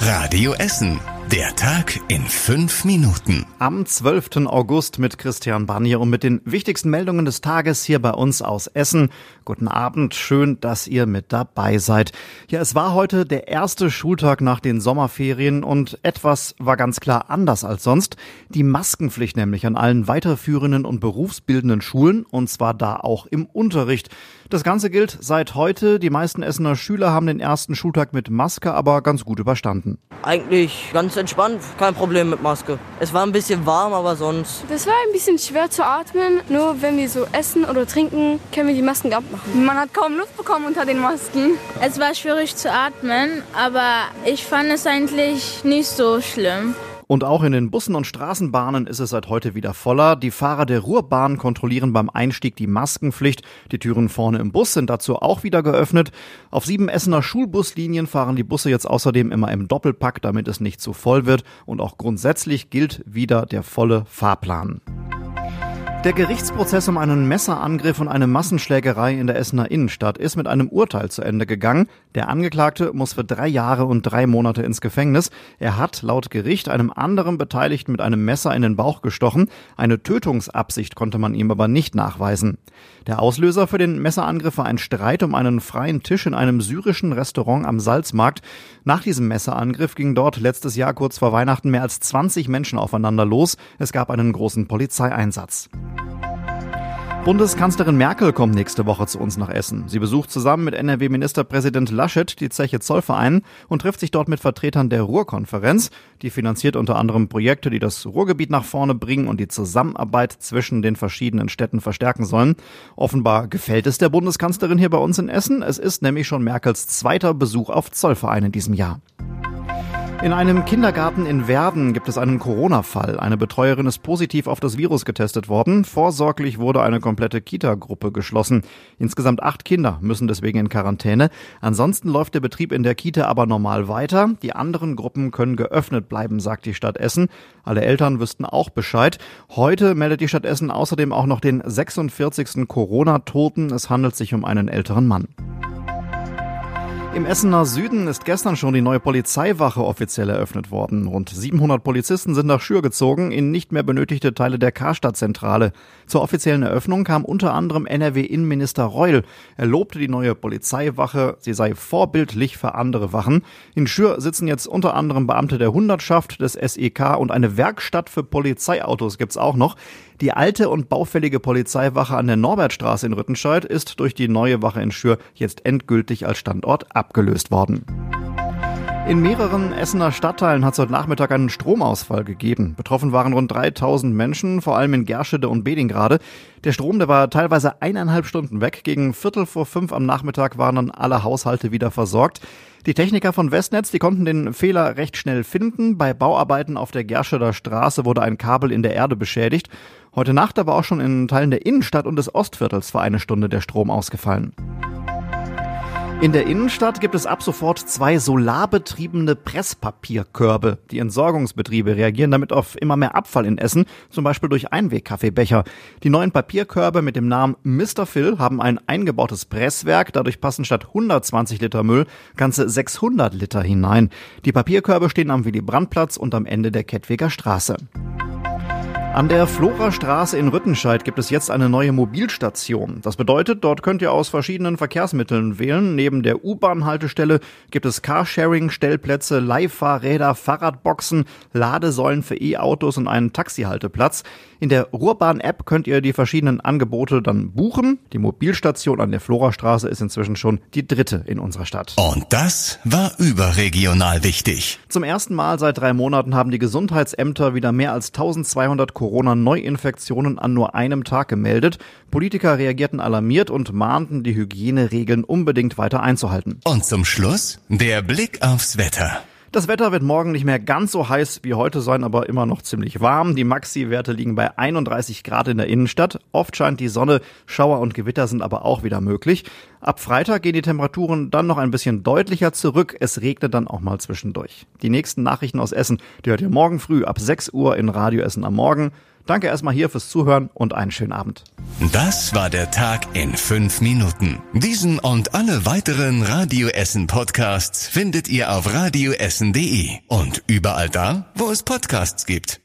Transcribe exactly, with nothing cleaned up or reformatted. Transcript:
Radio Essen. Der Tag in fünf Minuten. Am zwölften August mit Christian Barnier und mit den wichtigsten Meldungen des Tages hier bei uns aus Essen. Guten Abend, schön, dass ihr mit dabei seid. Ja, es war heute der erste Schultag nach den Sommerferien und etwas war ganz klar anders als sonst. Die Maskenpflicht nämlich an allen weiterführenden und berufsbildenden Schulen, und zwar da auch im Unterricht. Das Ganze gilt seit heute. Die meisten Essener Schüler haben den ersten Schultag mit Maske aber ganz gut überstanden. Eigentlich ganz entspannt, kein Problem mit Maske. Es war ein bisschen warm, aber sonst... Das war ein bisschen schwer zu atmen. Nur wenn wir so essen oder trinken, können wir die Masken abmachen. Man hat kaum Luft bekommen unter den Masken. Es war schwierig zu atmen, aber ich fand es eigentlich nicht so schlimm. Und auch in den Bussen und Straßenbahnen ist es seit heute wieder voller. Die Fahrer der Ruhrbahn kontrollieren beim Einstieg die Maskenpflicht. Die Türen vorne im Bus sind dazu auch wieder geöffnet. Auf sieben Essener Schulbuslinien fahren die Busse jetzt außerdem immer im Doppelpack, damit es nicht zu voll wird. Und auch grundsätzlich gilt wieder der volle Fahrplan. Der Gerichtsprozess um einen Messerangriff und eine Massenschlägerei in der Essener Innenstadt ist mit einem Urteil zu Ende gegangen. Der Angeklagte muss für drei Jahre und drei Monate ins Gefängnis. Er hat laut Gericht einem anderen Beteiligten mit einem Messer in den Bauch gestochen. Eine Tötungsabsicht konnte man ihm aber nicht nachweisen. Der Auslöser für den Messerangriff war ein Streit um einen freien Tisch in einem syrischen Restaurant am Salzmarkt. Nach diesem Messerangriff gingen dort letztes Jahr kurz vor Weihnachten mehr als zwanzig Menschen aufeinander los. Es gab einen großen Polizeieinsatz. Bundeskanzlerin Merkel kommt nächste Woche zu uns nach Essen. Sie besucht zusammen mit N R W-Ministerpräsident Laschet die Zeche Zollverein und trifft sich dort mit Vertretern der Ruhrkonferenz. Die finanziert unter anderem Projekte, die das Ruhrgebiet nach vorne bringen und die Zusammenarbeit zwischen den verschiedenen Städten verstärken sollen. Offenbar gefällt es der Bundeskanzlerin hier bei uns in Essen. Es ist nämlich schon Merkels zweiter Besuch auf Zollverein in diesem Jahr. In einem Kindergarten in Werden gibt es einen Corona-Fall. Eine Betreuerin ist positiv auf das Virus getestet worden. Vorsorglich wurde eine komplette Kita-Gruppe geschlossen. Insgesamt acht Kinder müssen deswegen in Quarantäne. Ansonsten läuft der Betrieb in der Kita aber normal weiter. Die anderen Gruppen können geöffnet bleiben, sagt die Stadt Essen. Alle Eltern wüssten auch Bescheid. Heute meldet die Stadt Essen außerdem auch noch den sechsundvierzigsten Corona-Toten. Es handelt sich um einen älteren Mann. Im Essener Süden ist gestern schon die neue Polizeiwache offiziell eröffnet worden. Rund siebenhundert Polizisten sind nach Schür gezogen in nicht mehr benötigte Teile der Karstadt-Zentrale. Zur offiziellen Eröffnung kam unter anderem N R W-Innenminister Reul. Er lobte die neue Polizeiwache, sie sei vorbildlich für andere Wachen. In Schür sitzen jetzt unter anderem Beamte der Hundertschaft, des S E K und eine Werkstatt für Polizeiautos gibt's auch noch. Die alte und baufällige Polizeiwache an der Norbertstraße in Rüttenscheid ist durch die neue Wache in Schür jetzt endgültig als Standort abgelöst worden. In mehreren Essener Stadtteilen hat es heute Nachmittag einen Stromausfall gegeben. Betroffen waren rund dreitausend Menschen, vor allem in Gerschede und Bedingrade. Der Strom, der war teilweise eineinhalb Stunden weg. Gegen Viertel vor fünf am Nachmittag waren dann alle Haushalte wieder versorgt. Die Techniker von Westnetz, die konnten den Fehler recht schnell finden. Bei Bauarbeiten auf der Gerscheder Straße wurde ein Kabel in der Erde beschädigt. Heute Nacht aber auch schon in Teilen der Innenstadt und des Ostviertels war eine Stunde der Strom ausgefallen. In der Innenstadt gibt es ab sofort zwei solarbetriebene Presspapierkörbe. Die Entsorgungsbetriebe reagieren damit auf immer mehr Abfall in Essen, zum Beispiel durch Einwegkaffeebecher. Die neuen Papierkörbe mit dem Namen Mister Phil haben ein eingebautes Presswerk. Dadurch passen statt hundertzwanzig Liter Müll ganze sechshundert Liter hinein. Die Papierkörbe stehen am Willy-Brandt-Platz und am Ende der Kettwiger Straße. An der Florastraße in Rüttenscheid gibt es jetzt eine neue Mobilstation. Das bedeutet, dort könnt ihr aus verschiedenen Verkehrsmitteln wählen. Neben der U-Bahn-Haltestelle gibt es Carsharing-Stellplätze, Leihfahrräder, Fahrradboxen, Ladesäulen für E-Autos und einen Taxihalteplatz. In der Ruhrbahn-App könnt ihr die verschiedenen Angebote dann buchen. Die Mobilstation an der Florastraße ist inzwischen schon die dritte in unserer Stadt. Und das war überregional wichtig. Zum ersten Mal seit drei Monaten haben die Gesundheitsämter wieder mehr als eintausendzweihundert Corona-Neuinfektionen an nur einem Tag gemeldet. Politiker reagierten alarmiert und mahnten, die Hygieneregeln unbedingt weiter einzuhalten. Und zum Schluss der Blick aufs Wetter. Das Wetter wird morgen nicht mehr ganz so heiß wie heute sein, aber immer noch ziemlich warm. Die Maxi-Werte liegen bei einunddreißig Grad in der Innenstadt. Oft scheint die Sonne, Schauer und Gewitter sind aber auch wieder möglich. Ab Freitag gehen die Temperaturen dann noch ein bisschen deutlicher zurück. Es regnet dann auch mal zwischendurch. Die nächsten Nachrichten aus Essen, die hört ihr morgen früh ab sechs Uhr in Radio Essen am Morgen. Danke erstmal hier fürs Zuhören und einen schönen Abend. Das war der Tag in fünf Minuten. Diesen und alle weiteren Radio Essen Podcasts findet ihr auf radioessen punkt de und überall da, wo es Podcasts gibt.